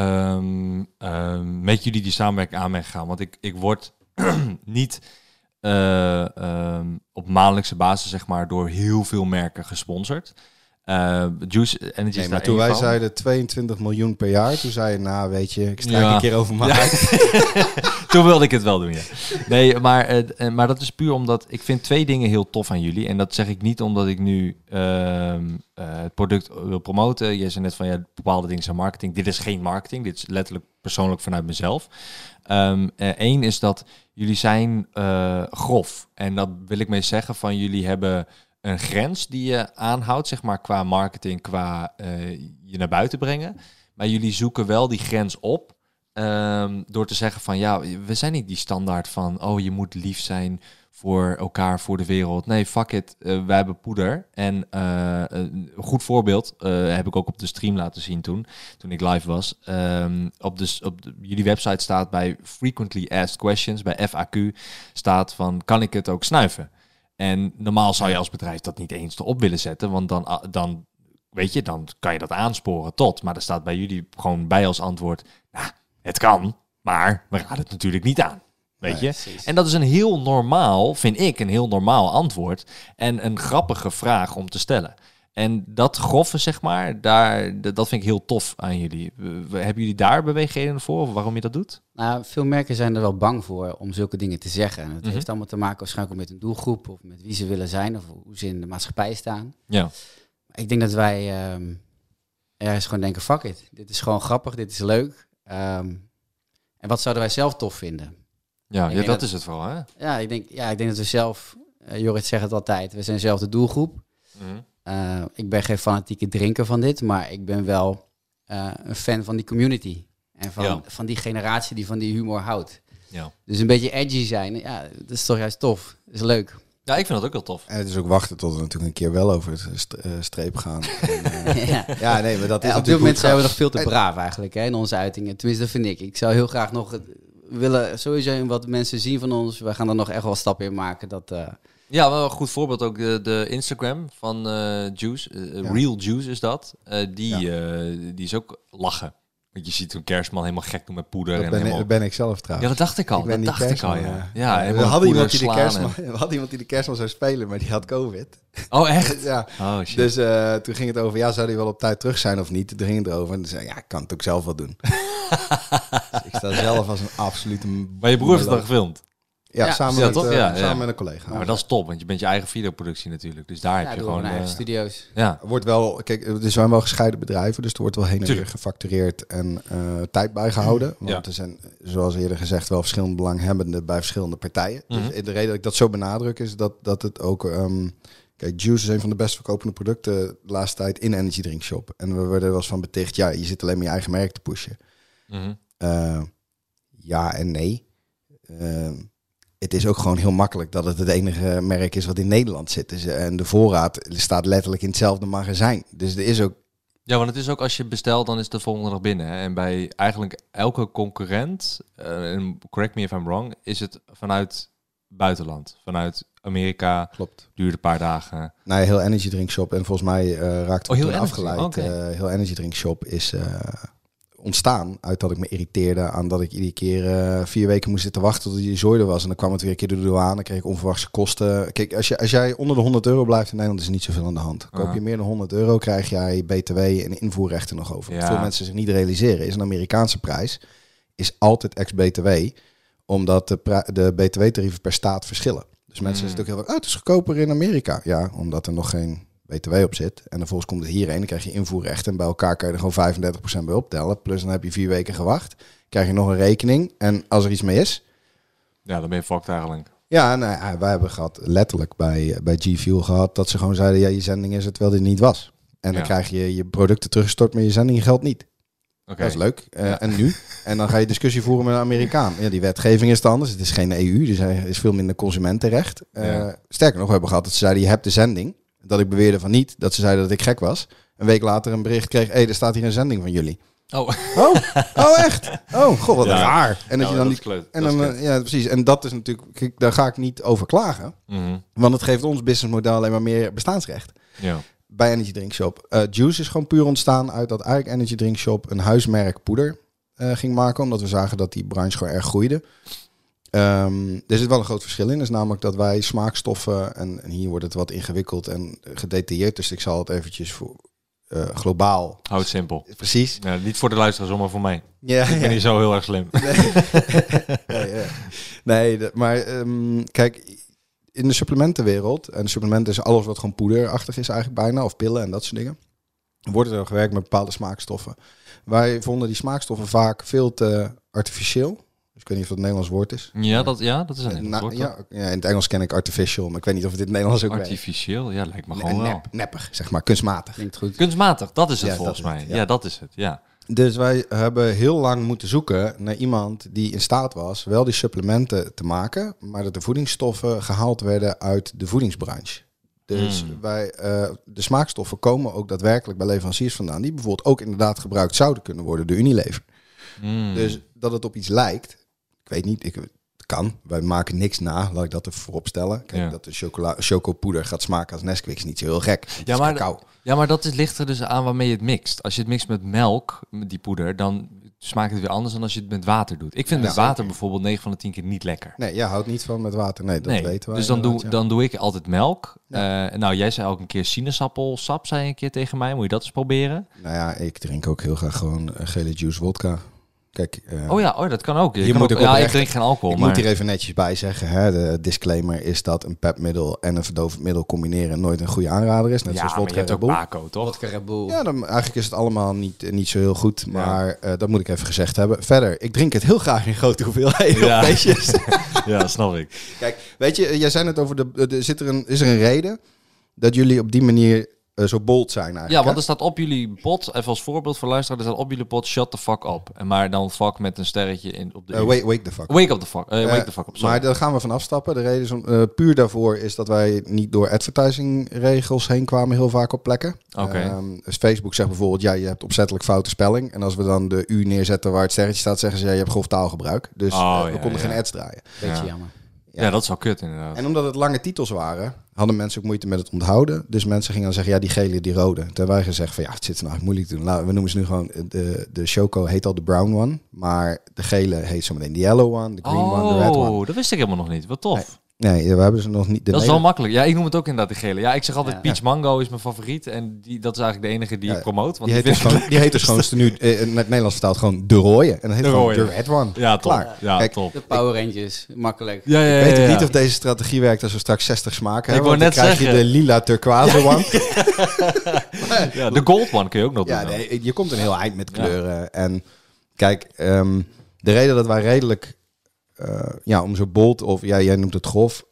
met jullie die samenwerking aan ben gegaan. Want ik word niet op maandelijkse basis, zeg maar, door heel veel merken gesponsord. Juice Energy. Nee, maar toen wij zeiden 22 miljoen per jaar, toen zei je, nou weet je, ik strijk een keer over mijn Toen wilde ik het wel doen, ja. Nee, maar dat is puur omdat ik vind 2 dingen heel tof aan jullie. En dat zeg ik niet omdat ik nu het product wil promoten. Je zei net van, ja, bepaalde dingen zijn marketing. Dit is geen marketing, dit is letterlijk persoonlijk vanuit mezelf. 1 is dat jullie zijn grof. En dat wil ik mee zeggen van, jullie hebben een grens die je aanhoudt, zeg maar, qua marketing, qua je naar buiten brengen. Maar jullie zoeken wel die grens op door te zeggen van, ja, we zijn niet die standaard van, oh, je moet lief zijn voor elkaar, voor de wereld. Nee, fuck it, wij hebben poeder. En een goed voorbeeld heb ik ook op de stream laten zien toen ik live was. Jullie website staat bij Frequently Asked Questions, bij FAQ, staat van, kan ik het ook snuiven? En normaal zou je als bedrijf dat niet eens erop willen zetten, want dan weet je, dan kan je dat aansporen tot. Maar er staat bij jullie gewoon bij als antwoord, nou, het kan, maar we raden het natuurlijk niet aan. Weet je? Precies. En dat is een heel normaal, vind ik, een heel normaal antwoord en een grappige vraag om te stellen. En dat grove, zeg maar, dat vind ik heel tof aan jullie. Hebben jullie daar beweegredenen voor, of waarom je dat doet? Nou, veel merken zijn er wel bang voor om zulke dingen te zeggen. En het heeft allemaal te maken waarschijnlijk ook met een doelgroep, of met wie ze willen zijn, of hoe ze in de maatschappij staan. Ja. Ik denk dat wij ergens gewoon denken, fuck it. Dit is gewoon grappig, dit is leuk. En wat zouden wij zelf tof vinden? Ja, dat is het vooral, hè? Ja, ik denk dat we zelf, Jorrit zegt het altijd, we zijn zelf de doelgroep. Mm-hmm. Ik ben geen fanatieke drinker van dit, maar ik ben wel een fan van die community. En van die generatie die van die humor houdt. Ja. Dus een beetje edgy zijn, ja, dat is toch juist tof. Dat is leuk. Ja, ik vind dat ook wel tof. En het is ook wachten tot we natuurlijk een keer wel over het streep gaan. Ja, nee, maar dat is op dit moment zijn we nog veel te braaf eigenlijk, hè, in onze uitingen. Tenminste, dat vind ik. Ik zou heel graag nog willen sowieso wat mensen zien van ons. We gaan er nog echt wel stappen in maken. Ja, wel een goed voorbeeld ook de Instagram van Juice. Real Juice is dat. Die is ook lachen. Want je ziet een Kerstman helemaal gek doen met poeder. Dat ben ik zelf trouwens. Ja, dat dacht ik al. We hadden iemand die de Kerstman zou spelen, maar die had COVID. Oh, echt? Ja. Oh, shit. Dus toen ging het over, zou hij wel op tijd terug zijn of niet? Toen ging het erover. En toen zei ik kan het ook zelf wel doen. Dus ik sta zelf als een absolute... Maar je broer heeft het dan gefilmd? Ja, samen met een collega. Maar dat is top, want je bent je eigen videoproductie natuurlijk. Dus daar heb je gewoon... eigen studio's. Ja. Wordt wel, kijk, er zijn wel gescheiden bedrijven, dus er wordt wel heen en weer gefactureerd en tijd bijgehouden. Want er zijn, zoals eerder gezegd, wel verschillende belanghebbenden bij verschillende partijen. Dus de reden dat ik dat zo benadruk is dat het ook... kijk, Juice is een van de best verkopende producten de laatste tijd in Energy Drink Shop. En we werden wel eens van beticht, je zit alleen maar je eigen merk te pushen. Ja en nee. Het is ook gewoon heel makkelijk dat het enige merk is wat in Nederland zit. Dus, en de voorraad staat letterlijk in hetzelfde magazijn. Dus er is ook... Ja, want het is ook als je bestelt, dan is de volgende dag binnen. Hè? En bij eigenlijk elke concurrent, correct me if I'm wrong, is het vanuit buitenland. Vanuit Amerika. Klopt. Duurde een paar dagen. Nou, heel Energy Drink Shop. En volgens mij raakte het afgeleid. Okay. Heel Energy Drink Shop is... ontstaan uit dat ik me irriteerde aan dat ik iedere keer 4 weken moest zitten wachten tot die zooi er was. En dan kwam het weer een keer door de douane, dan kreeg ik onverwachte kosten. Kijk, als jij onder de €100 blijft in Nederland, is er niet zoveel aan de hand. Koop je meer dan €100, krijg jij BTW en invoerrechten nog over. Wat veel mensen zich niet realiseren is, een Amerikaanse prijs is altijd ex-BTW, omdat de BTW-tarieven per staat verschillen. Dus mensen zitten ook heel vaak, het is goedkoper in Amerika. Ja, omdat er nog geen BTW op zit. En vervolgens komt het hierheen, dan krijg je invoerrechten. En bij elkaar kan je er gewoon 35% bij optellen. Plus dan heb je 4 weken gewacht. Krijg je nog een rekening. En als er iets mee is... Ja, dan ben je fucked eigenlijk. Ja, wij hebben gehad, letterlijk bij G-Fuel gehad... dat ze gewoon zeiden, ja, je zending is het terwijl dit niet was. En dan krijg je je producten teruggestort, maar je zending geldt niet. Okay. Dat is leuk. En nu? En dan ga je discussie voeren met een Amerikaan. Ja, die wetgeving is anders. Het is geen EU, dus er is veel minder consumentenrecht. Sterker nog, we hebben gehad dat ze zeiden, je hebt de zending. Dat ik beweerde van niet. Dat ze zeiden dat ik gek was. Een week later een bericht kreeg, er staat hier een zending van jullie. Oh, echt? Oh, god, wat raar. En dat je dan niet... En dan, ja, precies. En dat is natuurlijk... Daar ga ik niet over klagen. Mm-hmm. Want het geeft ons businessmodel alleen maar meer bestaansrecht. Ja. Bij Energy Drink Shop. Juice is gewoon puur ontstaan uit dat eigenlijk Energy Drink Shop een huismerk poeder ging maken. Omdat we zagen dat die branche gewoon erg groeide. Er zit wel een groot verschil in. Dat is namelijk dat wij smaakstoffen... En hier wordt het wat ingewikkeld en gedetailleerd. Dus ik zal het eventjes voor... globaal. Houd het simpel. Precies. Ja, niet voor de luisteraars, maar voor mij. Ja, ik ben niet zo heel erg slim. Maar kijk, in de supplementenwereld, en supplementen is alles wat gewoon poederachtig is eigenlijk bijna, of pillen en dat soort dingen, wordt er gewerkt met bepaalde smaakstoffen. Wij vonden die smaakstoffen vaak veel te artificieel. Dus ik weet niet of dat een Nederlands woord is. Ja, dat is een Nederlands woord. Ja, in het Engels ken ik artificial, maar ik weet niet of het in het Nederlands ook artificieel, ja, lijkt me gewoon wel. Neppig, zeg maar, kunstmatig. Klinkt goed. Kunstmatig, dat is het volgens mij. Ja. Ja, dat is het, ja. Dus wij hebben heel lang moeten zoeken naar iemand die in staat was wel die supplementen te maken, maar dat de voedingsstoffen gehaald werden uit de voedingsbranche. Dus de smaakstoffen komen ook daadwerkelijk bij leveranciers vandaan, die bijvoorbeeld ook inderdaad gebruikt zouden kunnen worden door Unilever. Dus dat het op iets lijkt, ik weet niet, het kan. Wij maken niks na, laat ik dat er voorop stellen. Kijk, dat de chocopoeder gaat smaken als Nesquik is niet zo heel gek. Het is cacao. Ja, maar dat ligt er dus aan waarmee je het mixt. Als je het mixt met melk, die poeder, dan smaakt het weer anders dan als je het met water doet. Ik vind met water bijvoorbeeld 9 van de 10 keer niet lekker. Nee, jij houdt niet van met water. Nee, dat weten we. Dus dan doe ik altijd melk. Ja. Nou, jij zei ook een keer sinaasappelsap, zei je een keer tegen mij. Moet je dat eens proberen? Nou ja, ik drink ook heel graag gewoon gele juice vodka. Kijk, dat kan ook. Ik drink geen alcohol. Ik moet hier even netjes bij zeggen. Hè, de disclaimer is dat een pepmiddel en een verdovend middel combineren nooit een goede aanrader is. Net zoals vodka Red Bull. Paco, toch? Vodka Red Bull. Ja, dan, eigenlijk is het allemaal niet zo heel goed. Maar dat moet ik even gezegd hebben. Verder, ik drink het heel graag in grote hoeveelheden op feestjes. Ja, snap ik. Kijk, weet je, jij zei het over is er een reden dat jullie op die manier zo bold zijn eigenlijk. Ja, want er staat op jullie pot, even als voorbeeld voor luisteraars, er staat op jullie pot shut the fuck up. En maar dan fuck met een sterretje in op de wake the fuck. Wake the fuck up. Sorry. Maar daar gaan we van afstappen. De reden is puur daarvoor is dat wij niet door advertisingregels heen kwamen heel vaak op plekken. Dus Facebook zegt bijvoorbeeld, je hebt opzettelijk foute spelling. En als we dan de U neerzetten waar het sterretje staat, zeggen ze, je hebt grof taalgebruik. Dus we konden geen ads draaien. Beetje jammer. Ja, dat is wel kut inderdaad. En omdat het lange titels waren, hadden mensen ook moeite met het onthouden. Dus mensen gingen dan zeggen, die gele, die rode. Toen hebben wij gezegd van, het zit nou moeilijk te doen. We noemen ze nu gewoon, de choco heet al de brown one. Maar de gele heet zometeen de yellow one, de green one, de red one. Oh, dat wist ik helemaal nog niet. Wat tof. Nee, we hebben ze nog niet. Dat is wel makkelijk. Ja, ik noem het ook inderdaad de gele. Ja, ik zeg altijd Peach Mango is mijn favoriet. En dat is eigenlijk de enige die ik promoot. Want die heet dus gewoon nu in het Nederlands vertaald gewoon de rode. En dan heet gewoon de red one. Ja, klaar. Ja, kijk, top. De Power Rangers, makkelijk. Ik weet ook niet of deze strategie werkt als we straks 60 smaken hebben. Ik wou net dan krijg je de lila turquoise one. Ja, de gold one kun je ook nog doen. Ja, je komt een heel eind met kleuren. En kijk, de reden dat wij redelijk... om zo bold of jij noemt het grof.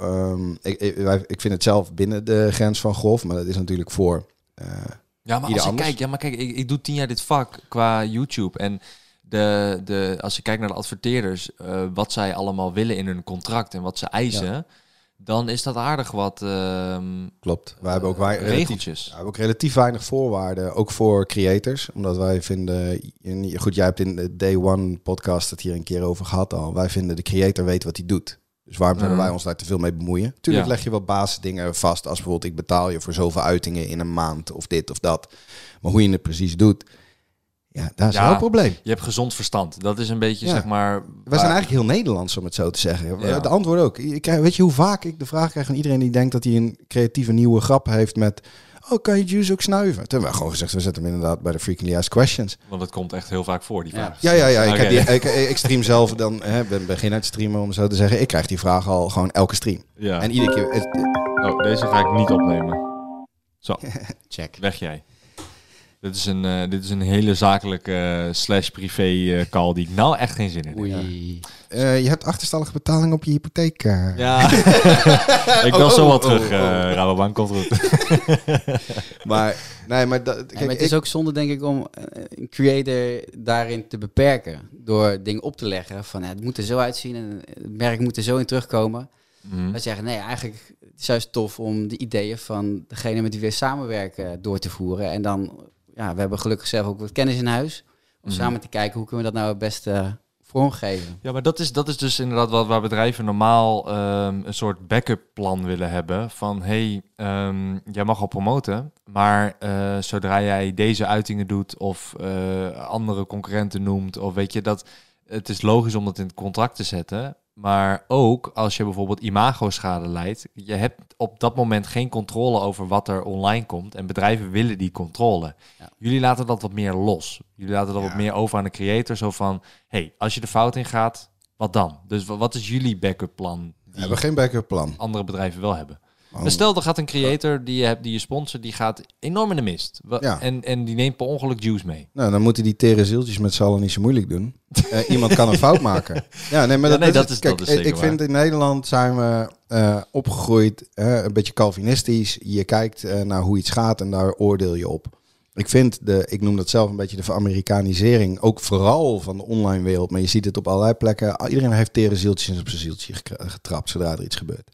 Ik vind het zelf binnen de grens van grof, maar dat is natuurlijk voor maar als je kijkt, ik doe 10 jaar dit vak qua YouTube en als je kijkt naar de adverteerders, wat zij allemaal willen in hun contract en wat ze eisen, dan is dat aardig wat. Klopt. Wij hebben ook regeltjes. We hebben ook relatief weinig voorwaarden, ook voor creators, omdat wij vinden, goed, jij hebt in de Day One podcast het hier een keer over gehad al. Wij vinden de creator weet wat hij doet. Dus waarom zouden wij ons daar te veel mee bemoeien? Tuurlijk leg je wel basisdingen vast, als bijvoorbeeld ik betaal je voor zoveel uitingen in een maand of dit of dat. Maar hoe je het precies doet, daar is wel een probleem. Je hebt gezond verstand. Dat is een beetje, zeg maar... Wij zijn eigenlijk heel Nederlands, om het zo te zeggen. Ja. De antwoord ook. Weet je hoe vaak ik de vraag krijg van iedereen die denkt dat hij een creatieve nieuwe grap heeft met... kan je juice ook snuiven? Toen hebben we gewoon gezegd, we zetten hem inderdaad bij de Frequently Asked Questions. Want het komt echt heel vaak voor, die vraag. Ja. Ik stream zelf dan, ben geen uitstreamer om zo te zeggen. Ik krijg die vraag al gewoon elke stream. Ja. En iedere keer... deze ga ik niet opnemen. Zo, Check. weg jij. Dit is een hele zakelijke / privé call die ik nou echt geen zin in heb. Oei. Je hebt achterstallige betaling op je hypotheek. Ja, ik bel zo wel terug. Rabobank komt goed. Maar dat, Ja, kijk, maar het is ook zonde, denk ik, om een creator daarin te beperken. Door dingen op te leggen van het moet er zo uitzien en het merk moet er zo in terugkomen. Wij zeggen nee, eigenlijk het is juist tof om de ideeën van degene met wie we samenwerken door te voeren. En dan, ja, we hebben gelukkig zelf ook wat kennis in huis. Om samen te kijken hoe kunnen we dat nou het beste vormgeven. Ja, maar dat is dus inderdaad wat waar bedrijven normaal een soort backup plan willen hebben. Van, jij mag al promoten, maar zodra jij deze uitingen doet of andere concurrenten noemt, of weet je, dat het is logisch om dat in het contract te zetten. Maar ook als je bijvoorbeeld imago-schade leidt, je hebt op dat moment geen controle over wat er online komt. En bedrijven willen die controle. Ja. Jullie laten dat wat meer los. Jullie laten dat wat meer over aan de creator. Zo van, als je de fout in gaat, wat dan? Dus wat is jullie backup plan? we hebben geen backup plan. Andere bedrijven wel hebben. Maar stel, er gaat een creator die je sponsort, die gaat enorm in de mist. Ja. En die neemt per ongeluk Juice mee. Nou, dan moeten die tere zieltjes met z'n allen niet zo moeilijk doen. Iemand kan een fout maken. Ja, nee, maar dat is zeker ik waar. vind in Nederland zijn we opgegroeid, een beetje Calvinistisch. Je kijkt naar hoe iets gaat en daar oordeel je op. Ik vind ik noem dat zelf een beetje de veramerikanisering, ook vooral van de online wereld. Maar je ziet het op allerlei plekken. Iedereen heeft tere zieltjes op zijn zieltje getrapt zodra er iets gebeurt.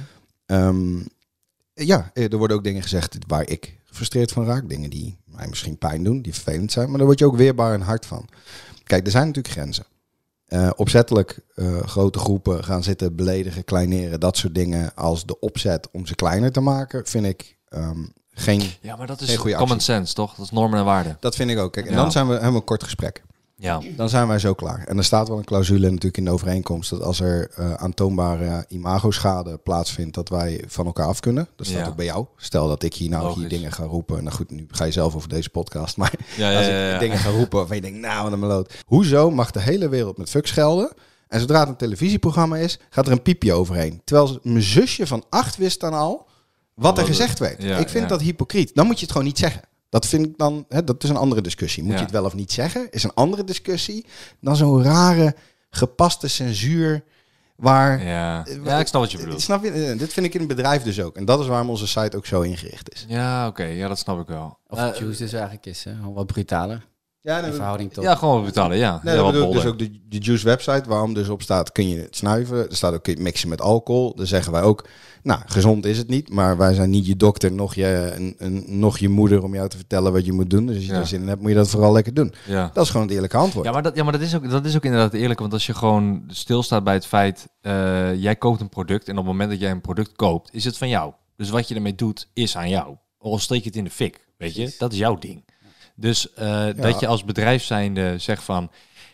Er worden ook dingen gezegd waar ik gefrustreerd van raak. Dingen die mij misschien pijn doen, die vervelend zijn. Maar daar word je ook weerbaar en hard van. Kijk, er zijn natuurlijk grenzen. Opzettelijk grote groepen gaan zitten, beledigen, kleineren. Dat soort dingen als de opzet om ze kleiner te maken, vind ik geen. Ja, maar dat Geen is goede common actie. sense, toch? Dat is normen en waarden. Dat vind ik ook. Kijk, en Ja. dan hebben we een kort gesprek. Ja. Dan zijn wij zo klaar. En er staat wel een clausule natuurlijk in de overeenkomst dat als er aantoonbare imago-schade plaatsvindt, dat wij van elkaar af kunnen. Dat staat ook bij jou. Stel dat ik hier Logisch. dingen ga roepen. Nou goed, nu ga je zelf over deze podcast. Maar Ja, als ik dingen ga roepen waarvan je denkt, nou wat een meloot. Hoezo mag de hele wereld met fuck schelden? En zodra het een televisieprogramma is, gaat er een piepje overheen. Terwijl mijn zusje van 8 wist dan al wat er gezegd werd. Ja, ik vind ja. dat hypocriet. Dan moet je het gewoon niet zeggen. Dat vind ik dan, dat is een andere discussie. Moet Ja. je het wel of niet zeggen? Is een andere discussie dan zo'n rare gepaste censuur waar. Ja, ik snap wat je bedoelt. Snap je? Dit vind ik in het bedrijf dus ook. En dat is waarom onze site ook zo ingericht is. Ja, oké. Ja, dat snap ik wel. Of Juice dus eigenlijk is, hè? Gewoon wat brutaler. Ja, In verhouding tot... Ja, gewoon betalen, ja. Nee, Ja, dat wat bedoel ik dus bolder. ook de Juice website, waarom dus op staat, kun je het snuiven. Er staat ook, kun je het mixen met alcohol. Dan zeggen wij ook, nou, gezond is het niet, maar wij zijn niet je dokter, nog je moeder om jou te vertellen wat je moet doen. Dus als je daar zin in hebt, moet je dat vooral lekker doen. Ja. Dat is gewoon het eerlijke antwoord. Ja, maar dat is ook inderdaad eerlijk. Want als je gewoon stilstaat bij het feit, jij koopt een product en op het moment dat jij een product koopt, is het van jou. Dus wat je ermee doet, is aan jou. Of steek je het in de fik, weet je? Dat is jouw ding. Dus dat je als bedrijf zijnde zegt van,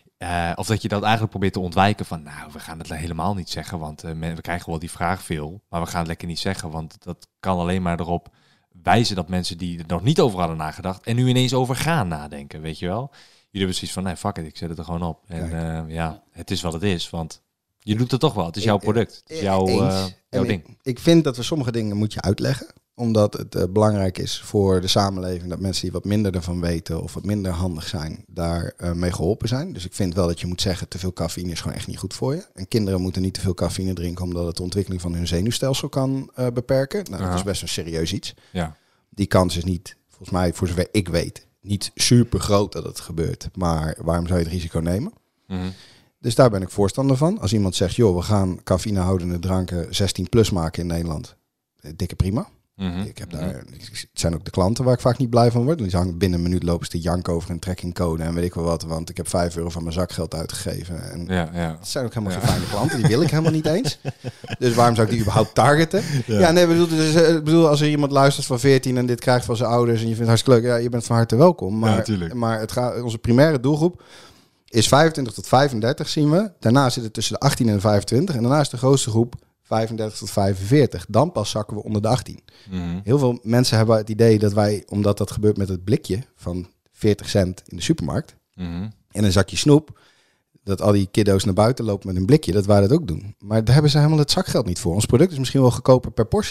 of dat je dat eigenlijk probeert te ontwijken van, nou, we gaan het helemaal niet zeggen, want we krijgen wel die vraag veel, maar we gaan het lekker niet zeggen, want dat kan alleen maar erop wijzen dat mensen die er nog niet over hadden nagedacht en nu ineens over gaan nadenken, weet je wel? Jullie hebben zoiets van, nee, fuck it, ik zet het er gewoon op. En het is wat het is, want je doet het toch wel. Het is jouw product. Het is jouw ding. Ik vind dat we sommige dingen moet je uitleggen. Omdat het belangrijk is voor de samenleving dat mensen die wat minder ervan weten of wat minder handig zijn, daar mee geholpen zijn. Dus ik vind wel dat je moet zeggen, te veel cafeïne is gewoon echt niet goed voor je. En kinderen moeten niet te veel cafeïne drinken omdat het de ontwikkeling van hun zenuwstelsel kan beperken. Nou, dat is best een serieus iets. Ja. Die kans is niet, volgens mij, voor zover ik weet, niet super groot dat het gebeurt. Maar waarom zou je het risico nemen? Mhm. Dus daar ben ik voorstander van. Als iemand zegt, joh, we gaan cafeïnehoudende dranken 16 plus maken in Nederland. Dikke prima. Ik heb daar, het zijn ook de klanten waar ik vaak niet blij van word. Die hangen binnen een minuut lopen ze te janken over een trackingcode en weet ik wel wat. Want ik heb €5 van mijn zakgeld uitgegeven. En het zijn ook helemaal geen fijne klanten. Die wil ik helemaal niet eens. Dus waarom zou ik die überhaupt targeten? Ja, nee, bedoel, als er iemand luistert van 14 en dit krijgt van zijn ouders en je vindt het hartstikke leuk. Ja, je bent van harte welkom. Maar het gaat, onze primaire doelgroep is 25 tot 35 zien we. Daarna zit het tussen de 18 en de 25. En daarna is de grootste groep 35 tot 45. Dan pas zakken we onder de 18. Heel veel mensen hebben het idee dat wij, omdat dat gebeurt met het blikje van 40 cent in de supermarkt en een zakje snoep, dat al die kiddo's naar buiten lopen met een blikje, dat wij dat ook doen. Maar daar hebben ze helemaal het zakgeld niet voor. Ons product is misschien wel goedkoper per portie.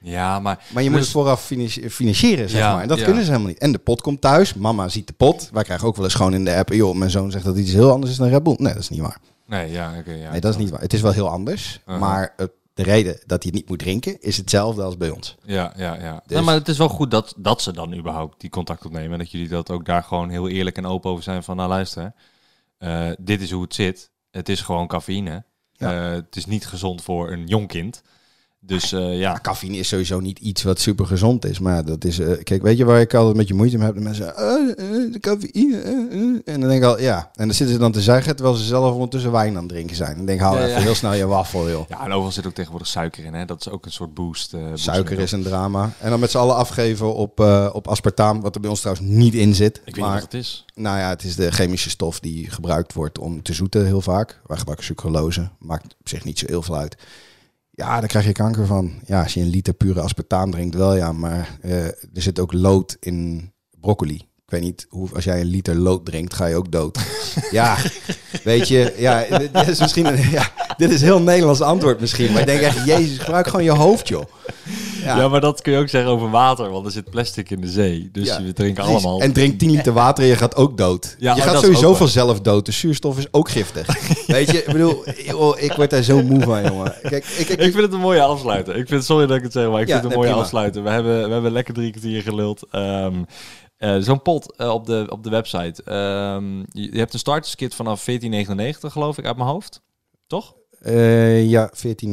Ja, maar Maar je moet het vooraf financieren, zeg maar. En dat kunnen ze helemaal niet. En de pot komt thuis. Mama ziet de pot. Wij krijgen ook wel eens gewoon in de app... joh, mijn zoon zegt dat iets heel anders is dan Red Bull. Nee, dat is niet waar. Nee, Nee, dat is niet waar. Het is wel heel anders. Maar de reden dat hij het niet moet drinken... is hetzelfde als bij ons. Ja. Dus... Nee, maar het is wel goed dat ze dan überhaupt die contact opnemen. En dat jullie dat ook daar gewoon heel eerlijk en open over zijn. Van, nou luister, dit is hoe het zit. Het is gewoon cafeïne. Ja. Het is niet gezond voor een jong kind. Dus ja. Cafeïne is sowieso niet iets wat super gezond is. Maar dat is... kijk, weet je waar ik altijd met je moeite mee heb? De mensen de cafeïne. En dan denk ik al, ja. En dan zitten ze dan te zeggen... terwijl ze zelf ondertussen wijn aan het drinken zijn. En dan denk ik, hou even heel snel je waffel, joh. Ja, en overal zit ook tegenwoordig suiker in, hè. Dat is ook een soort boost. Suiker is een drama. En dan met z'n allen afgeven op aspartaam... wat er bij ons trouwens niet in zit. Ik weet niet wat het is. Nou ja, het is de chemische stof die gebruikt wordt om te zoeten heel vaak. Wij gebruiken sucralose. Maakt op zich niet zo heel veel uit. Ja, daar krijg je kanker van. Ja, als je een liter pure aspartaam drinkt, wel ja. Maar er zit ook lood in broccoli. Ik weet niet, als jij een liter lood drinkt, ga je ook dood. Ja, weet je. Ja, dit is misschien dit is heel Nederlands antwoord misschien. Maar ik denk echt, Jezus, gebruik gewoon je hoofd, joh. Ja, maar dat kun je ook zeggen over water, want er zit plastic in de zee. Dus we drinken allemaal... En drink 10 liter water en je gaat ook dood. Ja, je gaat sowieso vanzelf dood. De zuurstof is ook giftig. Weet je, ik bedoel, ik word daar zo moe van, jongen. Kijk, ik vind het een mooie afsluiter. Sorry dat ik het zeg, maar ik vind het een mooie afsluiter. We hebben lekker 3 kwartier geluld. Zo'n pot op de website. Je hebt een starterskit vanaf 14,99 geloof ik uit mijn hoofd. Toch? Ja,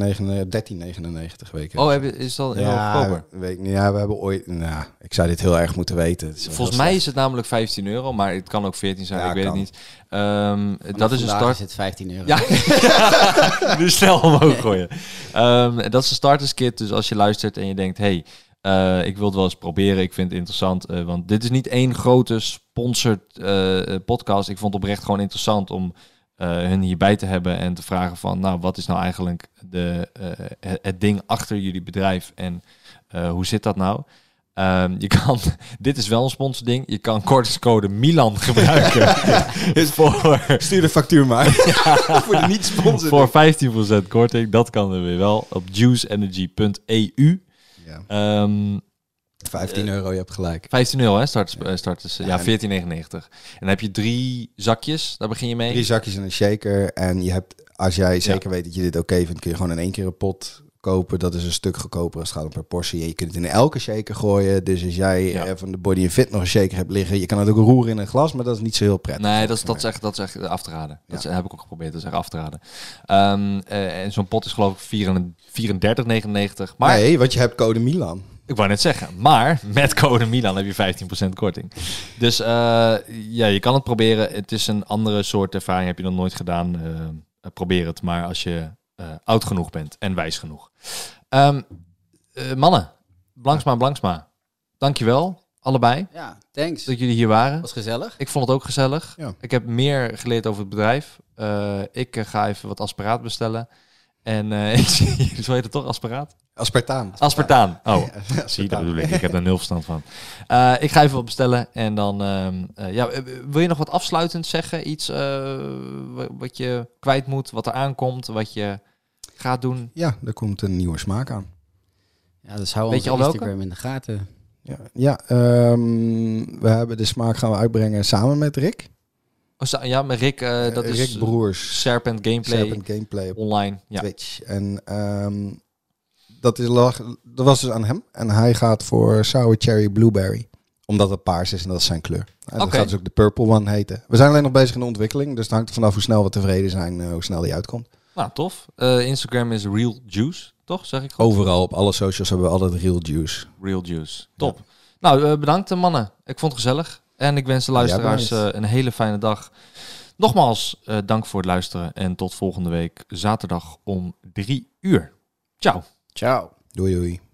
13,99 weken. Oh, is dat heel goedkoper? Weet ik niet. Ja, we hebben ooit... Nou, ik zou dit heel erg moeten weten. Volgens mij is het namelijk €15, maar het kan ook 14 zijn, ik weet het niet. Dat is een start. Is het €15. Ja, nu snel omhoog gooien. Dat is een starterskit, dus als je luistert en je denkt, hey, ik wil het wel eens proberen, ik vind het interessant, want dit is niet één grote sponsored podcast. Ik vond het oprecht gewoon interessant om hun hierbij te hebben en te vragen van, nou, wat is nou eigenlijk het ding achter jullie bedrijf en hoe zit dat nou? Je kan, dit is wel een sponsording, je kan kortingscode Milan gebruiken. Stuur de factuur maar. Voor de niet-sponsor. Voor 15% korting, dat kan er weer wel op juiceenergy.eu. Ja. €15, je hebt gelijk. €15, hè? Starters, ja, 14,99. En dan heb je 3 zakjes, daar begin je mee. 3 zakjes en een shaker. En je hebt, als jij zeker weet dat je dit oké vindt, kun je gewoon in 1 keer een pot kopen. Dat is een stuk goedkoper als het gaat om per portie. En je kunt het in elke shaker gooien. Dus als jij van de Body & Fit nog een shaker hebt liggen, je kan het ook roeren in een glas, maar dat is niet zo heel prettig. Nee, dat is echt af te raden. Dat heb ik ook geprobeerd, dat is echt af te raden. En zo'n pot is geloof ik €34,99. Maar nee, want je hebt code Milan. Ik wou net zeggen, maar met code Milan heb je 15% korting. Dus je kan het proberen. Het is een andere soort ervaring, heb je nog nooit gedaan. Probeer het maar als je oud genoeg bent en wijs genoeg. Mannen, Blanksma. Dankjewel, allebei. Ja, thanks. Dat jullie hier waren. Was gezellig. Ik vond het ook gezellig. Ja. Ik heb meer geleerd over het bedrijf. Ik ga even wat aspiraat bestellen. En ik zie, zo heet het toch, aspiraat? Aspartaan. Oh, zie je, dat bedoel ik. Ik heb er 0 verstand van. Ik ga even wat bestellen. En dan, wil je nog wat afsluitend zeggen? Iets wat je kwijt moet, wat er aankomt, wat je gaat doen? Ja, er komt een nieuwe smaak aan. Ja, dus hou onze Instagram in de gaten. Ja, we hebben de smaak gaan we uitbrengen samen met Rick. Ja, met Rick, dat is Rick Broers. Serpent Gameplay op online. Twitch. En dat was dus aan hem. En hij gaat voor Sour Cherry Blueberry. Omdat het paars is en dat is zijn kleur. En dat gaat dus ook de Purple One heten. We zijn alleen nog bezig in de ontwikkeling. Dus het hangt er vanaf hoe snel we tevreden zijn, hoe snel die uitkomt. Nou, tof. Instagram is Real Juice, toch? Zeg ik goed? Overal, op alle socials hebben we altijd Real Juice. Real Juice. Top. Ja. Nou, bedankt mannen. Ik vond het gezellig. En ik wens de luisteraars een hele fijne dag. Nogmaals, dank voor het luisteren. En tot volgende week zaterdag om 3 uur. Ciao. Ciao. Doei.